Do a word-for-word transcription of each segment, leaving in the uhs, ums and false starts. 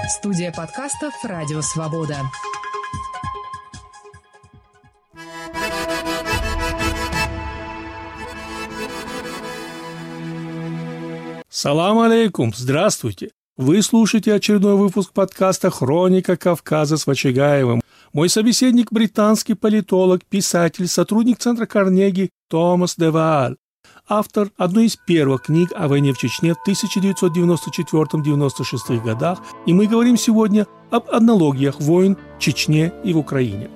Студия подкастов «Радио Свобода». Салам алейкум, здравствуйте! Вы слушаете очередной выпуск подкаста «Хроника Кавказа» с Вачагаевым. Мой собеседник – британский политолог, писатель, сотрудник Центра Карнеги Томас де Вааль, автор одной из первых книг о войне в Чечне в тысяча девятьсот девяносто четвёртом — девяносто шестом годах, и мы говорим сегодня об аналогиях войн в Чечне и в Украине.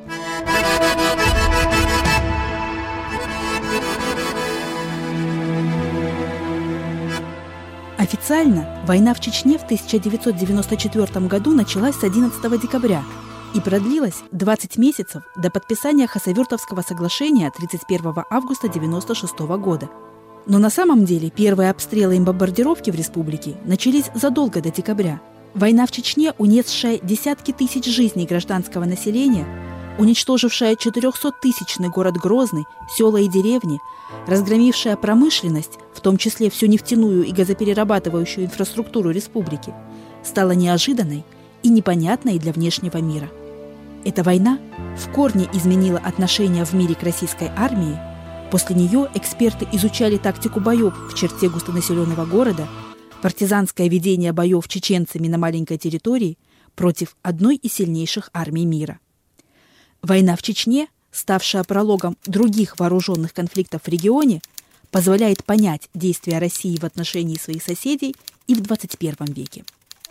Официально война в Чечне в тысяча девятьсот девяносто четвёртом году началась с одиннадцатого декабря и продлилась двадцать месяцев до подписания Хасавюртовского соглашения тридцать первого августа девяносто шестого года. Но на самом деле первые обстрелы и бомбардировки в республике начались задолго до декабря. Война в Чечне, унесшая десятки тысяч жизней гражданского населения, уничтожившая четырехсоттысячный город Грозный, села и деревни, разгромившая промышленность, в том числе всю нефтяную и газоперерабатывающую инфраструктуру республики, стала неожиданной и непонятной для внешнего мира. Эта война в корне изменила отношение в мире к российской армии. После нее эксперты изучали тактику боев в черте густонаселенного города, партизанское ведение боев чеченцами на маленькой территории против одной из сильнейших армий мира. Война в Чечне, ставшая прологом других вооруженных конфликтов в регионе, позволяет понять действия России в отношении своих соседей и в двадцать первом веке.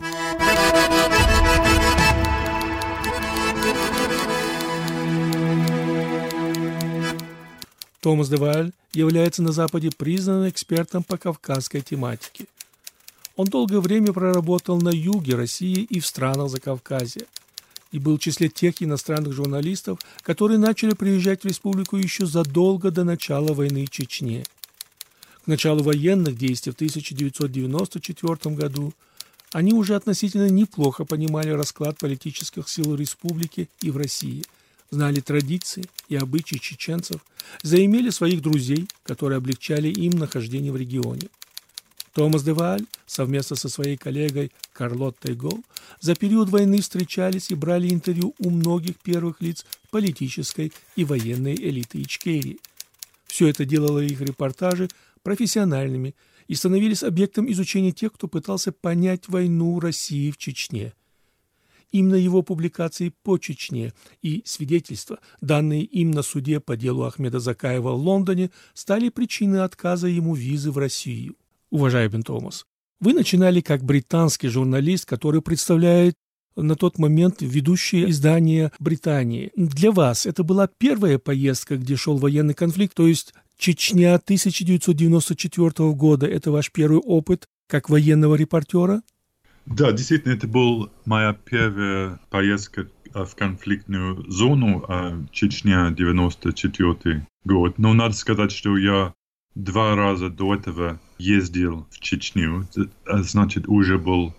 Томас де Вааль является на Западе признанным экспертом по кавказской тематике. Он долгое время проработал на юге России и в странах Закавказья и был в числе тех иностранных журналистов, которые начали приезжать в республику еще задолго до начала войны в Чечне. К началу военных действий в тысяча девятьсот девяносто четвёртом году они уже относительно неплохо понимали расклад политических сил в республике и в России, знали традиции и обычаи чеченцев, заимели своих друзей, которые облегчали им нахождение в регионе. Томас де Вааль совместно со своей коллегой Карлоттой Гол за период войны встречались и брали интервью у многих первых лиц политической и военной элиты Ичкерии. Все это делало их репортажи профессиональными и становились объектом изучения тех, кто пытался понять войну России в Чечне. Именно его публикации по Чечне и свидетельства, данные им на суде по делу Ахмеда Закаева в Лондоне, стали причиной отказа ему визы в Россию. Уважаемый Томас, вы начинали как британский журналист, который представляет на тот момент ведущее издание Британии. Для вас это была первая поездка, где шел военный конфликт, то есть Чечня тысяча девятьсот девяносто четвёртого года – это ваш первый опыт как военного репортера? Да, действительно, это была моя первая поездка в конфликтную зону Чечня девяносто четвёртый год. Но надо сказать, что я два раза до этого ездил в Чечню, значит, уже был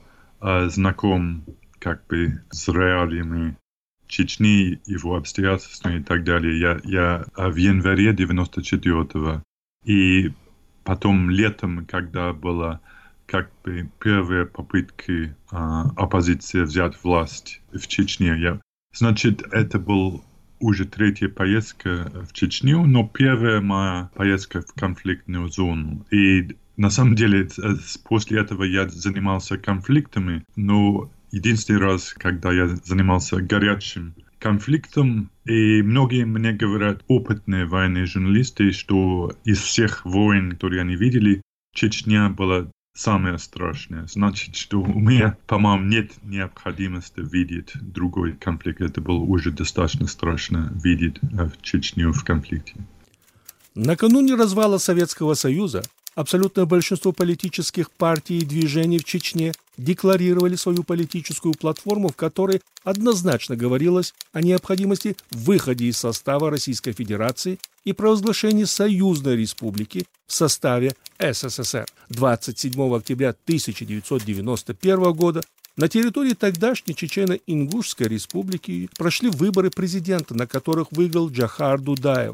знаком как бы с реалиями Чечни, его обстоятельствами и так далее. Я, я в январе девяносто четвёртого и потом летом, когда была как бы первые попытки а, оппозиции взять власть в Чечне. Я, значит, это был уже третья поездка в Чечню, но первая моя поездка в конфликтную зону. И на самом деле после этого я занимался конфликтами, но единственный раз, когда я занимался горячим конфликтом, и многие мне говорят, опытные военные журналисты, что из всех войн, которые они видели, Чечня была самое страшное. Значит, что у меня, по-моему, нет необходимости видеть другой конфликт. Это было уже достаточно страшно видеть в Чечню в конфликте. Накануне развала Советского Союза абсолютное большинство политических партий и движений в Чечне декларировали свою политическую платформу, в которой однозначно говорилось о необходимости выхода из состава Российской Федерации и провозглашении союзной республики в составе СССР. двадцать седьмого октября тысяча девятьсот девяносто первого года на территории тогдашней Чечено-Ингушской республики прошли выборы президента, на которых выиграл Джохар Дудаев,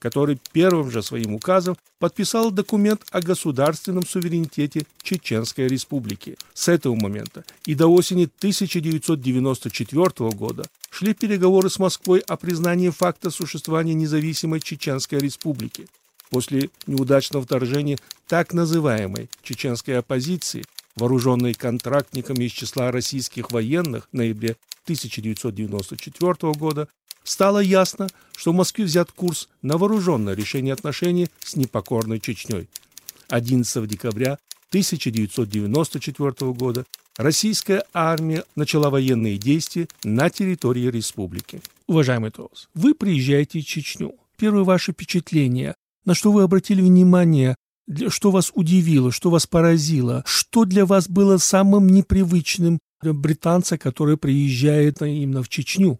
который первым же своим указом подписал документ о государственном суверенитете Чеченской Республики. С этого момента и до осени тысяча девятьсот девяносто четвёртого года шли переговоры с Москвой о признании факта существования независимой Чеченской Республики. После неудачного вторжения так называемой чеченской оппозиции, вооруженной контрактниками из числа российских военных в ноябре тысяча девятьсот девяносто четвёртого года, стало ясно, что в Москве взят курс на вооруженное решение отношений с непокорной Чечней. одиннадцатого декабря тысяча девятьсот девяносто четвёртого года российская армия начала военные действия на территории республики. Уважаемый Товас, вы приезжаете в Чечню. Первое ваше впечатление, на что вы обратили внимание, что вас удивило, что вас поразило, что для вас было самым непривычным для британца, который приезжает именно в Чечню?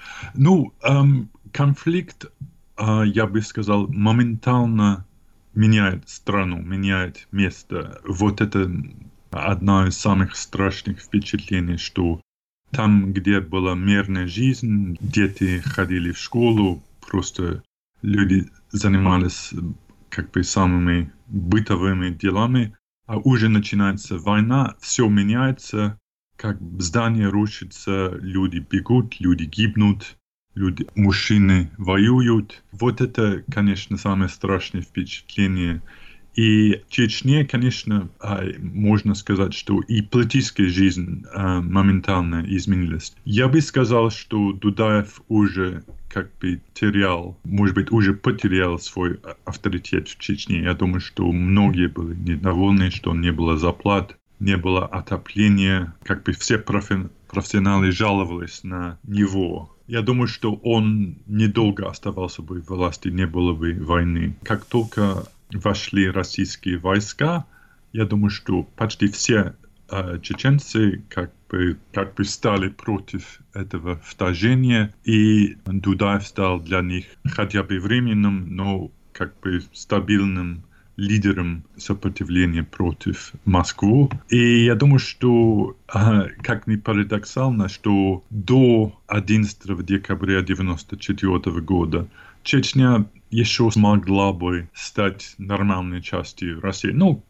Ну, эм, конфликт, э, я бы сказал, моментально меняет страну, меняет место. Вот это одно из самых страшных впечатлений, что там, где была мирная жизнь, дети ходили в школу, просто люди занимались как бы самыми бытовыми делами, а уже начинается война, все меняется, как здание рушится, люди бегут, люди гибнут, люди, мужчины воюют. Вот это, конечно, самое страшное впечатление. И в Чечне, конечно, можно сказать, что и политическая жизнь моментально изменилась. Я бы сказал, что Дудаев уже как бы терял, может быть, уже потерял свой авторитет в Чечне. Я думаю, что многие были недовольны, что не было зарплат, не было отопления. Как бы все профессионалы жаловались на него. Я думаю, что он недолго оставался бы в власти, не было бы войны. Как только вошли российские войска, я думаю, что почти все э, чеченцы как бы, как бы стали против этого вторжения, и Дудаев стал для них хотя бы временным, но как бы стабильным лидером сопротивления против Москвы. И я думаю, что, э, как ни парадоксально, что до одиннадцатого декабря девяносто четвёртого года Чечня еще смогла бы стать нормальной частью России. Ну,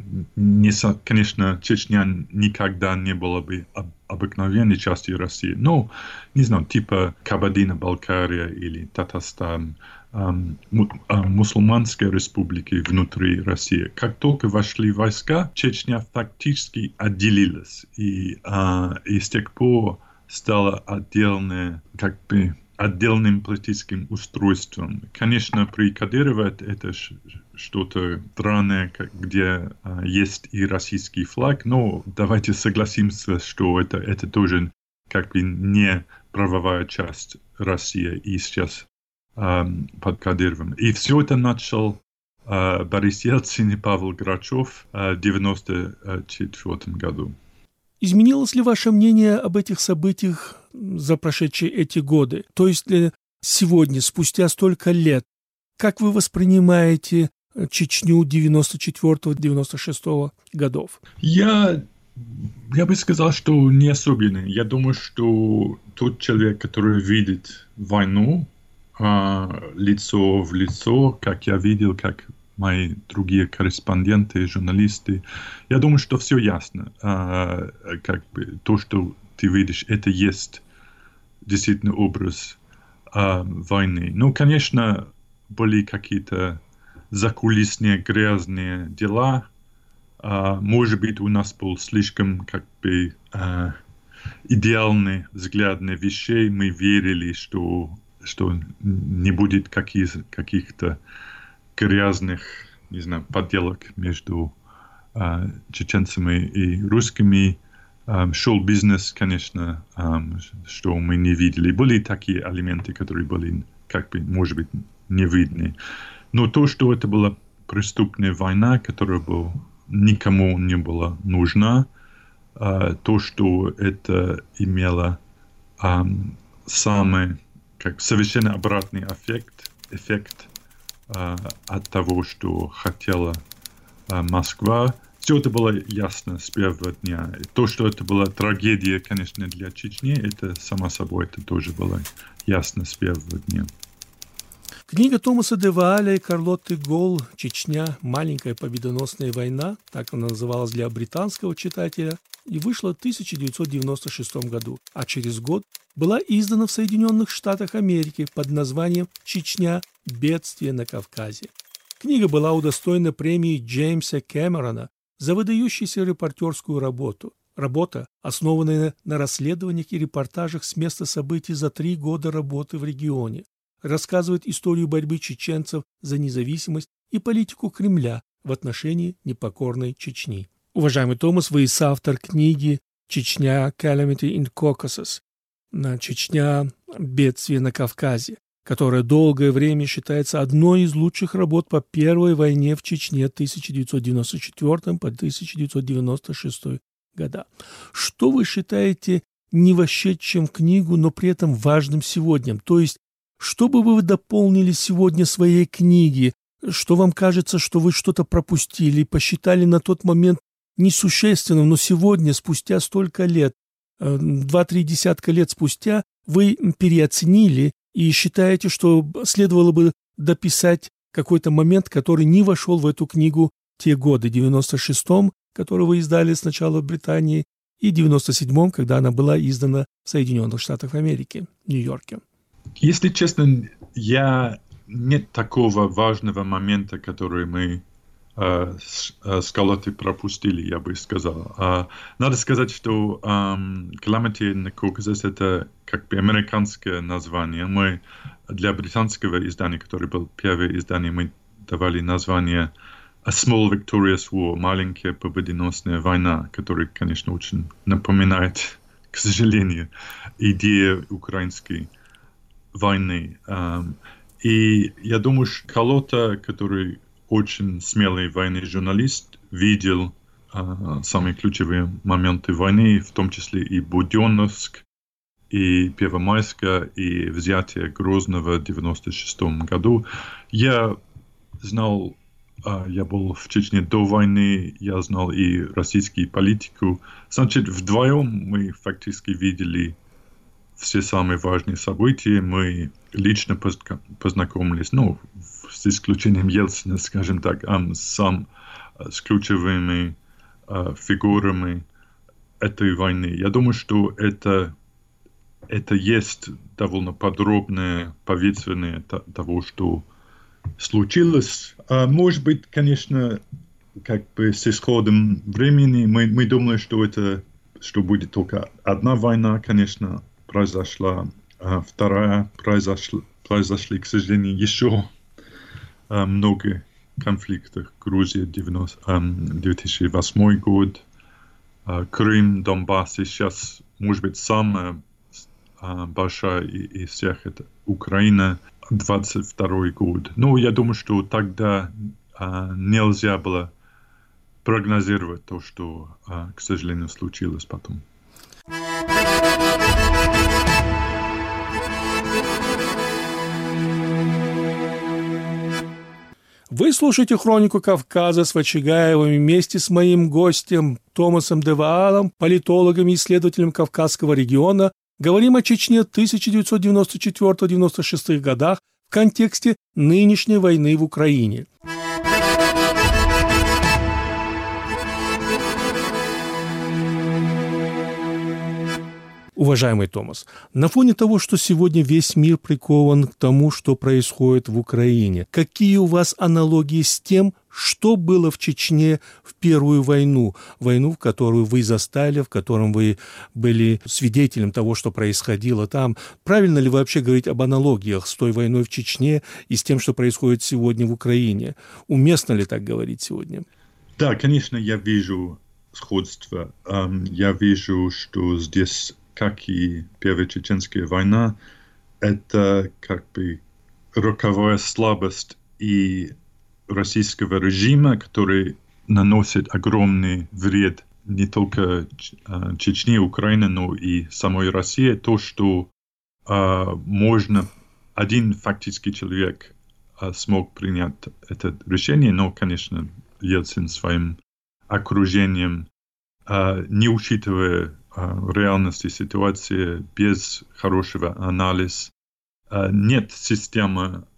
не, конечно, Чечня никогда не была бы об, обыкновенной частью России. Но, не знаю, типа Кабардино-Балкария или Татарстан, эм, мусульманские республики внутри России. Как только вошли войска, Чечня фактически отделилась. И, э, и с тех пор стала отдельная, как бы, отдельным политическим устройством. Конечно, при Кадырове это что-то странное, где а, есть и российский флаг, но давайте согласимся, что это, это тоже как бы не правовая часть России и сейчас а, под Кадыровым. И все это начал а, Борис Ельцин и Павел Грачев а, в девяносто четвёртом году. Изменилось ли ваше мнение об этих событиях за прошедшие эти годы? То есть сегодня, спустя столько лет, как вы воспринимаете Чечню девяносто четвёртого — девяносто шестого годов? Я, я бы сказал, что не особенно. Я думаю, что тот человек, который видит войну а, лицо в лицо, как я видел, как мои другие корреспонденты, журналисты, я думаю, что все ясно. А, как бы то, что ты видишь, это есть действительно образ а, войны. Ну, конечно, были какие-то закулисные грязные дела. А, может быть, у нас был слишком как бы а, идеальный взгляд на вещей. Мы верили, что, что не будет каких, каких-то грязных, не знаю, подделок между а, чеченцами и русскими. Um, шел бизнес, конечно, um, что мы не видели. Были такие элементы, которые были, как бы, может быть, не видны. Но то, что это была преступная война, которая была, никому не была нужна, uh, то, что это имело um, самый, как совершенно обратный эффект, эффект uh, от того, что хотела uh, Москва. Все это было ясно с первого дня. То, что это была трагедия, конечно, для Чечни, это, само собой, это тоже было ясно с первого дня. Книга Томаса де Вааля и Карлотты Голл «Чечня. Маленькая победоносная война», так она называлась для британского читателя, и вышла в тысяча девятьсот девяносто шестом году, а через год была издана в Соединенных Штатах Америки под названием «Чечня. Бедствие на Кавказе». Книга была удостоена премии Джеймса Кэмерона за выдающуюся репортерскую работу. Работа, основанная на расследованиях и репортажах с места событий за три года работы в регионе, рассказывает историю борьбы чеченцев за независимость и политику Кремля в отношении непокорной Чечни. Уважаемый Томас, вы и соавтор книги «Чечня. Calamity in Caucasus», «Чечня. Бедствие на Кавказе», которая долгое время считается одной из лучших работ по Первой войне в Чечне тысяча девятьсот девяносто четвёртого по тысяча девятьсот девяносто шестой года. Что вы считаете не вошедшим в книгу, но при этом важным сегодня? То есть, что бы вы дополнили сегодня своей книге? Что вам кажется, что вы что-то пропустили, посчитали на тот момент несущественным, но сегодня, спустя столько лет, два-три десятка лет спустя, вы переоценили и считаете, что следовало бы дописать какой-то момент, который не вошел в эту книгу те годы, в девяносто шестом, которую вы издали сначала в Британии, и в девяносто седьмом, когда она была издана в Соединенных Штатах Америки, в Нью-Йорке? Если честно, я нет такого важного момента, который мы э, с, э, с Карлоттой пропустили, я бы сказал. Э, надо сказать, что э, Calamity in Caucasus — это как бы американское название. Мы для британского издания, которое было первое издание, мы давали название A Small Victorious War, маленькая победоносная война, которая, конечно, очень напоминает, к сожалению, идею украинской войны. И я думаю, что Карлотта, который очень смелый военный журналист, видел самые ключевые моменты войны, в том числе и Буденновск, и Первомайская, и взятие Грозного в девяносто шестом году. Я знал, я был в Чечне до войны, я знал и российскую политику. Значит, вдвоем мы фактически видели все самые важные события. Мы лично познакомились, ну, с исключением Ельцина, скажем так, сам с ключевыми фигурами этой войны. Я думаю, что это, это есть довольно подробное повествование того, что случилось. А может быть, конечно, как бы с исходом времени мы, мы думали, что это, что будет только одна война, конечно, произошла, а вторая произошла, произошли, к сожалению, еще а, много конфликтов. Грузия, две тысячи восьмой год, а, Крым, Донбасс, и сейчас, может быть, самая а, большая из всех — это Украина, двадцать второй год. Ну, я думаю, что тогда а, нельзя было прогнозировать то, что, а, к сожалению, случилось потом. Вы слушаете «Хронику Кавказа» с Вачигаевым вместе с моим гостем Томасом де Ваалом, политологом и исследователем Кавказского региона. Говорим о Чечне тысяча девятьсот девяносто четвёртого — девяносто шестых годах в контексте нынешней войны в Украине. Уважаемый Томас, на фоне того, что сегодня весь мир прикован к тому, что происходит в Украине, какие у вас аналогии с тем, что было в Чечне в Первую войну, войну, в которую вы застали, в котором вы были свидетелем того, что происходило там? Правильно ли вообще говорить об аналогиях с той войной в Чечне и с тем, что происходит сегодня в Украине? Уместно ли так говорить сегодня? Да, конечно, я вижу сходство. Я вижу, что здесь, как и Первая Чеченская война, это как бы роковая слабость и российского режима, который наносит огромный вред не только Чечне, Украине, но и самой России. То, что э, можно, один фактически человек э, смог принять это решение, но, конечно, Ельцин своим окружением, э, не учитывая э, реальности ситуации, без хорошего анализа, э, нет системы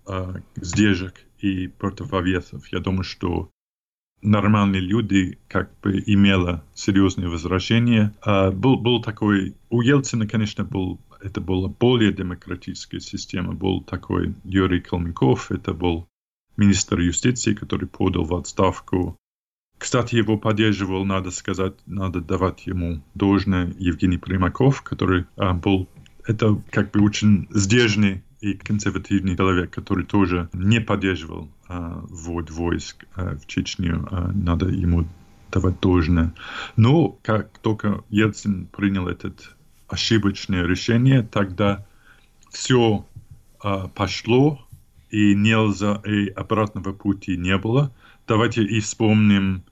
э, сдержек и противовесов. Я думаю, что нормальные люди как бы имели серьезные возвращения. Э, был, был такой... У Ельцина, конечно, был, это была более демократическая система. Был такой Юрий Калмыков, это был министр юстиции, который подал в отставку. Кстати, его поддерживал, надо сказать, надо давать ему должное, Евгений Примаков, который а, был, это как бы очень сдержанный и консервативный человек, который тоже не поддерживал а, ввод войск а, в Чечню. А, надо ему давать должное. Но как только Ельцин принял это ошибочное решение, тогда все а, пошло, и нельзя, и обратного пути не было. Давайте и вспомним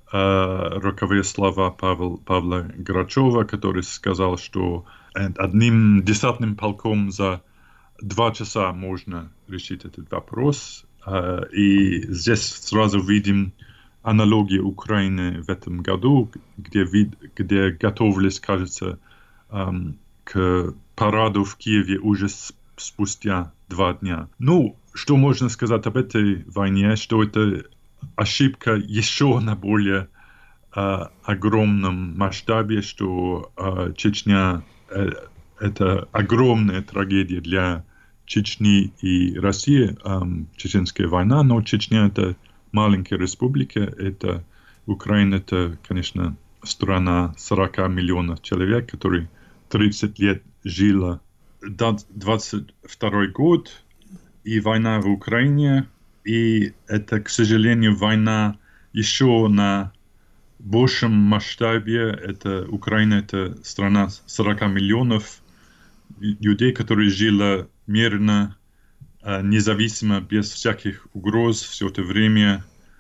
э, роковые слова Павел, Павла Грачева, который сказал, что одним десантным полком за два часа можно решить этот вопрос. Э, и здесь сразу видим аналогию Украины в этом году, где, вид, где готовились, кажется, э, к параду в Киеве уже спустя два дня. Ну, что можно сказать об этой войне, что это ошибка еще на более э, огромном масштабе, что э, Чечня э, это огромная трагедия для Чечни и России, э, чеченская война, но Чечня это маленькая республика, это Украина, это, конечно, страна сорок миллионов человек, которые тридцать лет жила. двадцать второй год и война в Украине, и это, к сожалению, война еще на большем масштабе. Это Украина, это страна сорок миллионов людей, которые жили мирно, независимо, без всяких угроз все это время.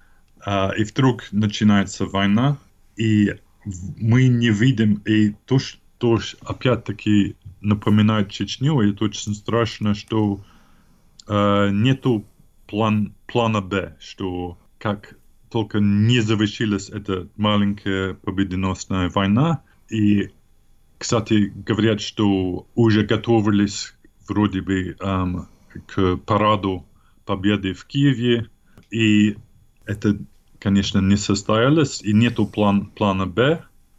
И вдруг начинается война, и мы не видим, и то, что опять-таки напоминает Чечню, и это очень страшно, что э, нету план, плана Б, что как только не завершилась эта маленькая победоносная война, и, кстати, говорят, что уже готовились вроде бы эм, к параду победы в Киеве, и это, конечно, не состоялось, и нету план, плана Б,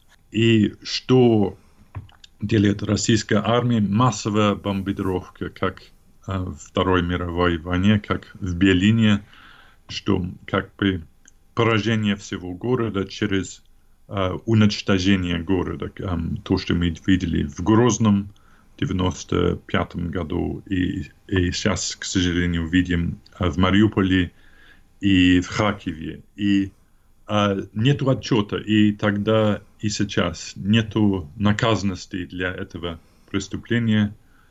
и что делает российская армия, массовая бомбардировка, как э, в Второй мировой войне, как в Берлине, что как бы поражение всего города через э, уничтожение города. Э, то, что мы видели в Грозном в девяносто пятом году, и, и сейчас, к сожалению, видим э, в Мариуполе и в Харькове. И э, нету отчета, и тогда и сейчас нету наказанности для этого преступления,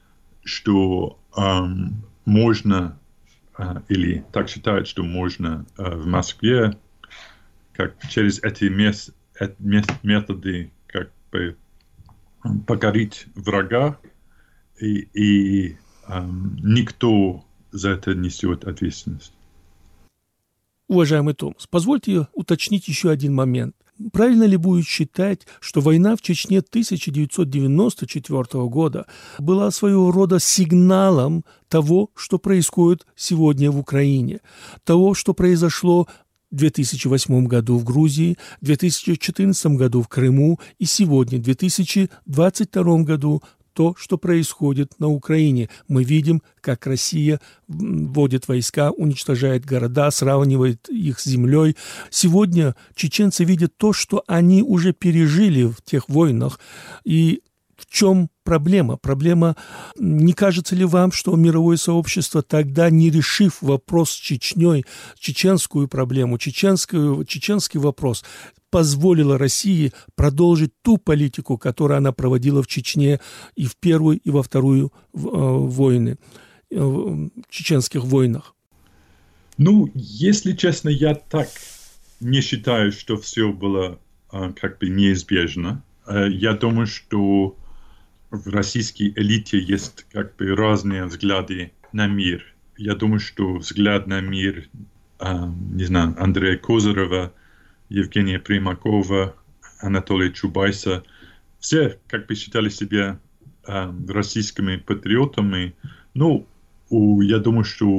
что эм, можно, э, или так считают, что можно э, в Москве, как через эти мес, э, мес, методы как бы покорить врага, и, и эм, никто за это несет ответственность. Уважаемый Томас, позвольте уточнить еще один момент. Правильно ли будет считать, что война в Чечне тысяча девятьсот девяносто четвёртого года была своего рода сигналом того, что происходит сегодня в Украине, того, что произошло в две тысячи восьмом году в Грузии, в две тысячи четырнадцатом году в Крыму и сегодня, в две тысячи двадцать втором году, то, что происходит на Украине? Мы видим, как Россия вводит войска, уничтожает города, сравнивает их с землей. Сегодня чеченцы видят то, что они уже пережили в тех войнах. И в чем проблема? Проблема, не кажется ли вам, что мировое сообщество тогда, не решив вопрос с Чечней, чеченскую проблему, чеченскую, чеченский вопрос, позволила России продолжить ту политику, которую она проводила в Чечне и в первую, и во вторую э, войны, э, в чеченских войнах? Ну, если честно, я так не считаю, что все было э, как бы неизбежно. Э, я думаю, что в российской элите есть как бы разные взгляды на мир. Я думаю, что взгляд на мир, э, не знаю, Андрея Козырева, Евгения Примакова, Анатолия Чубайса, все как бы считали себя э, российскими патриотами. Ну, у, я думаю, что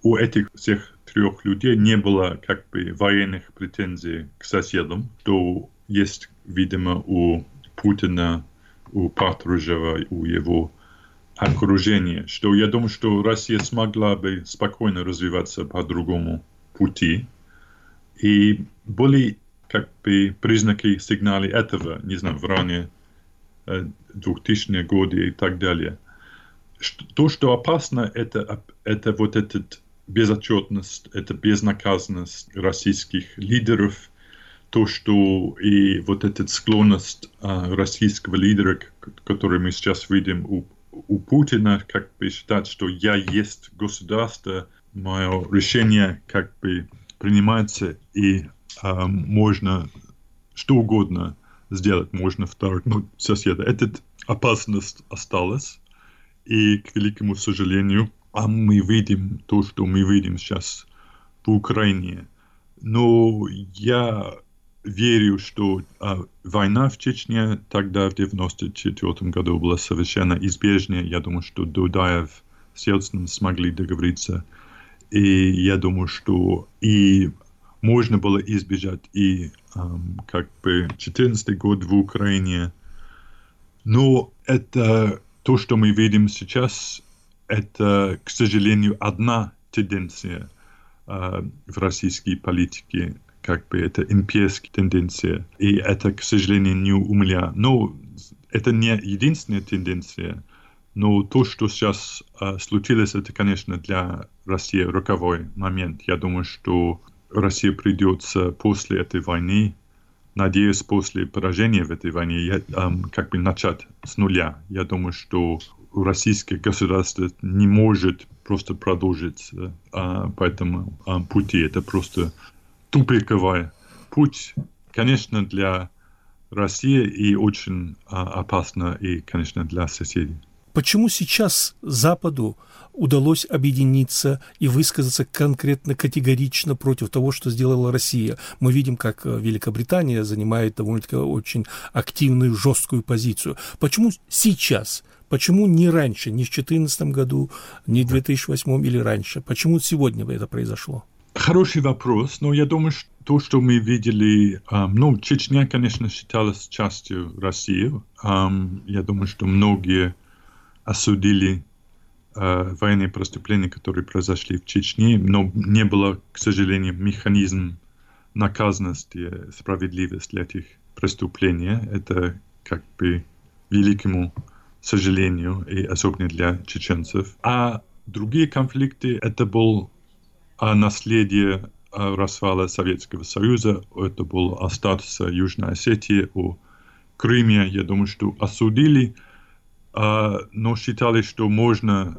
у этих всех трех людей не было как бы военных претензий к соседам, что есть, видимо, у Путина, у Патрушева, у его окружения, что я думаю, что Россия смогла бы спокойно развиваться по другому пути. И были как бы признаки, сигналы этого, не знаю, в ранние двухтысячные годы и так далее. То, что опасно, это, это вот эта безотчетность, это безнаказанность российских лидеров, то, что и вот эта склонность а, российского лидера, который мы сейчас видим у, у Путина, как бы считать, что я есть государство, мое решение как бы принимается, и а, можно что угодно сделать, можно вторгнуть соседа. Эта опасность осталась, и, к великому сожалению, а мы видим то, что мы видим сейчас в Украине. Но я верю, что а, война в Чечне тогда, в девяносто четвёртом году, была совершенно избежной. Я думаю, что Дудаев с Ельциным смогли договориться. И я думаю, что и можно было избежать и um, как бы четырнадцатый год в Украине. Но это то, что мы видим сейчас, это, к сожалению, одна тенденция uh, в российской политике, как бы это имперская тенденция. И это, к сожалению, не у меня. Но это не единственная тенденция. Но то, что сейчас uh, случилось, это, конечно, для России роковой момент. Я думаю, что Россия придется после этой войны, надеюсь, после поражения в этой войне, я, um, как бы начать с нуля. Я думаю, что российское государство не может просто продолжить uh, по этому uh, пути. Это просто тупиковый путь, конечно, для России и очень uh, опасно, и, конечно, для соседей. Почему сейчас Западу удалось объединиться и высказаться конкретно, категорично против того, что сделала Россия? Мы видим, как Великобритания занимает довольно-таки очень активную, жесткую позицию. Почему сейчас? Почему не раньше, не в две тысячи четырнадцатом году, не в две тысячи восьмом или раньше? Почему сегодня это произошло? Хороший вопрос, но я думаю, что то, что мы видели, um, ну, Чечня, конечно, считалась частью России. Um, я думаю, что многие осудили э, военные преступления, которые произошли в Чечне, но не было, к сожалению, механизм наказанности, справедливости этих преступлений. Это как бы великому сожалению, и особенно для чеченцев. А другие конфликты, это был а, наследие а, развала Советского Союза, это был статус Южной Осетии, о Крыме, я думаю, что осудили, Uh, но считали, что можно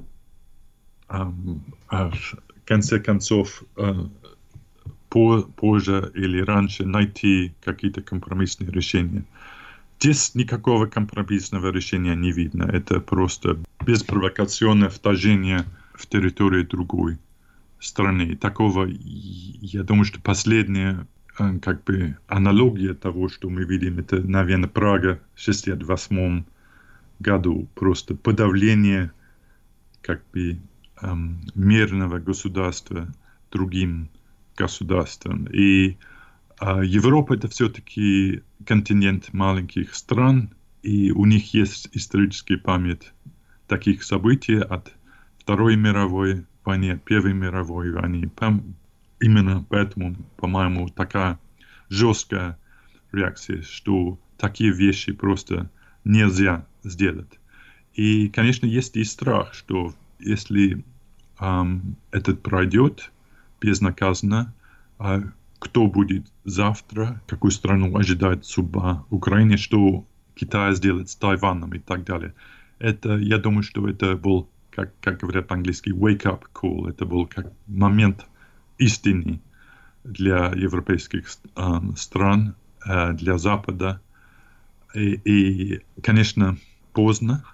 um, uh, в конце концов uh, по, позже или раньше найти какие-то компромиссные решения. Здесь никакого компромиссного решения не видно. Это просто беспровокационное вторжение в территорию другой страны. Такого, я думаю, что последняя uh, как бы аналогия того, что мы видим, это, наверное, Прага в шестьдесят восьмом году, просто подавление как бы эм, мирного государства другим государством. И э, Европа это все-таки континент маленьких стран, и у них есть историческая память таких событий от Второй мировой войны, от Первой мировой войны. Именно поэтому, по-моему, такая жесткая реакция, что такие вещи просто нельзя сделать. И, конечно, есть и страх, что если эм, это пройдет безнаказанно, э, кто будет завтра, какую страну ожидает судьба Украины, что Китай сделает с Тайваном и так далее. Это, я думаю, что это был, как, как говорят по-английски, wake-up call. Это был как момент истины для европейских э, стран, э, для Запада. И, и, конечно, поздно.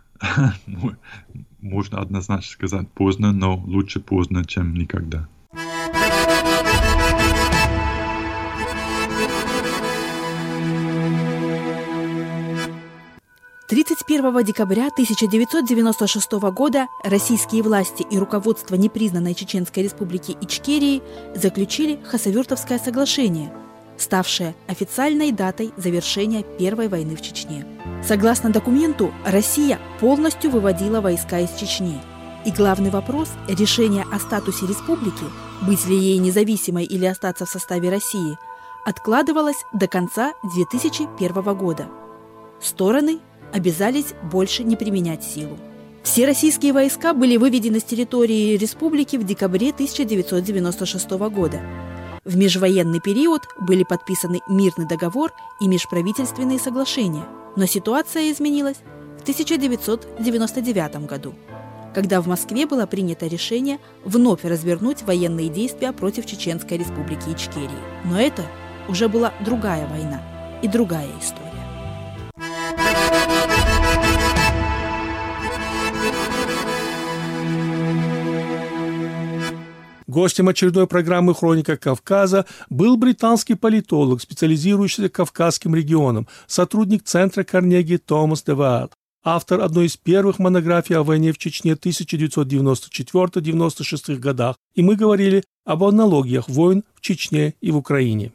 Можно однозначно сказать поздно, но лучше поздно, чем никогда. тридцать первого декабря тысяча девятьсот девяносто шестого года российские власти и руководство непризнанной Чеченской республики Ичкерии заключили Хасавюртовское соглашение, ставшее официальной датой завершения Первой войны в Чечне. Согласно документу, Россия полностью выводила войска из Чечни. И главный вопрос – решение о статусе республики, быть ли ей независимой или остаться в составе России, откладывалось до конца две тысячи первого года. Стороны обязались больше не применять силу. Все российские войска были выведены с территории республики в декабре тысяча девятьсот девяносто шестого года. В межвоенный период были подписаны мирный договор и межправительственные соглашения, но ситуация изменилась в тысяча девятьсот девяносто девятом году, когда в Москве было принято решение вновь развернуть военные действия против Чеченской республики Ичкерии. Но это уже была другая война и другая история. Гостем очередной программы «Хроника Кавказа» был британский политолог, специализирующийся кавказским регионом, сотрудник Центра Карнеги Томас де Ваал, автор одной из первых монографий о войне в Чечне тысяча девятьсот девяносто четвёртого — девяносто шестого годах, и мы говорили об аналогиях войн в Чечне и в Украине.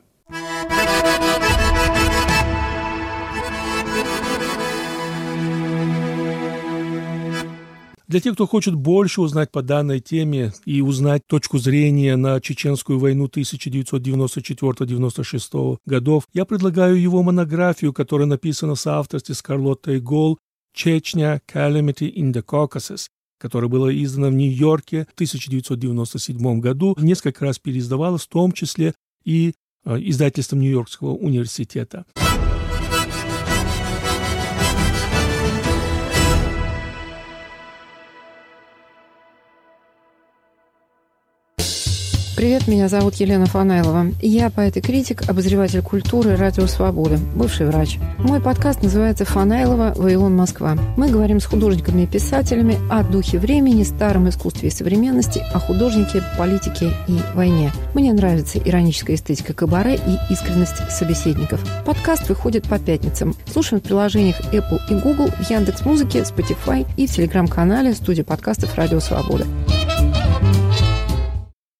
Для тех, кто хочет больше узнать по данной теме и узнать точку зрения на Чеченскую войну тысяча девятьсот девяносто четвёртого — девяносто шестого годов, я предлагаю его монографию, которая написана в соавторстве с Карлоттой Гол «Чечня – Calamity in the Caucasus», которая была издана в Нью-Йорке в тысяча девятьсот девяносто седьмом году, несколько раз переиздавалась, в том числе и э, издательством Нью-Йоркского университета. Привет, меня зовут Елена Фанайлова. Я поэт и критик, обозреватель культуры «Радио Свобода», бывший врач. Мой подкаст называется «Фанайлова. Вавилон. Москва». Мы говорим с художниками и писателями о духе времени, старом искусстве и современности, о художнике, политике и войне. Мне нравится ироническая эстетика кабаре и искренность собеседников. Подкаст выходит по пятницам. Слушаем в приложениях Apple и Google, в Яндекс.Музыке, Spotify и в телеграм-канале студии подкастов «Радио Свобода».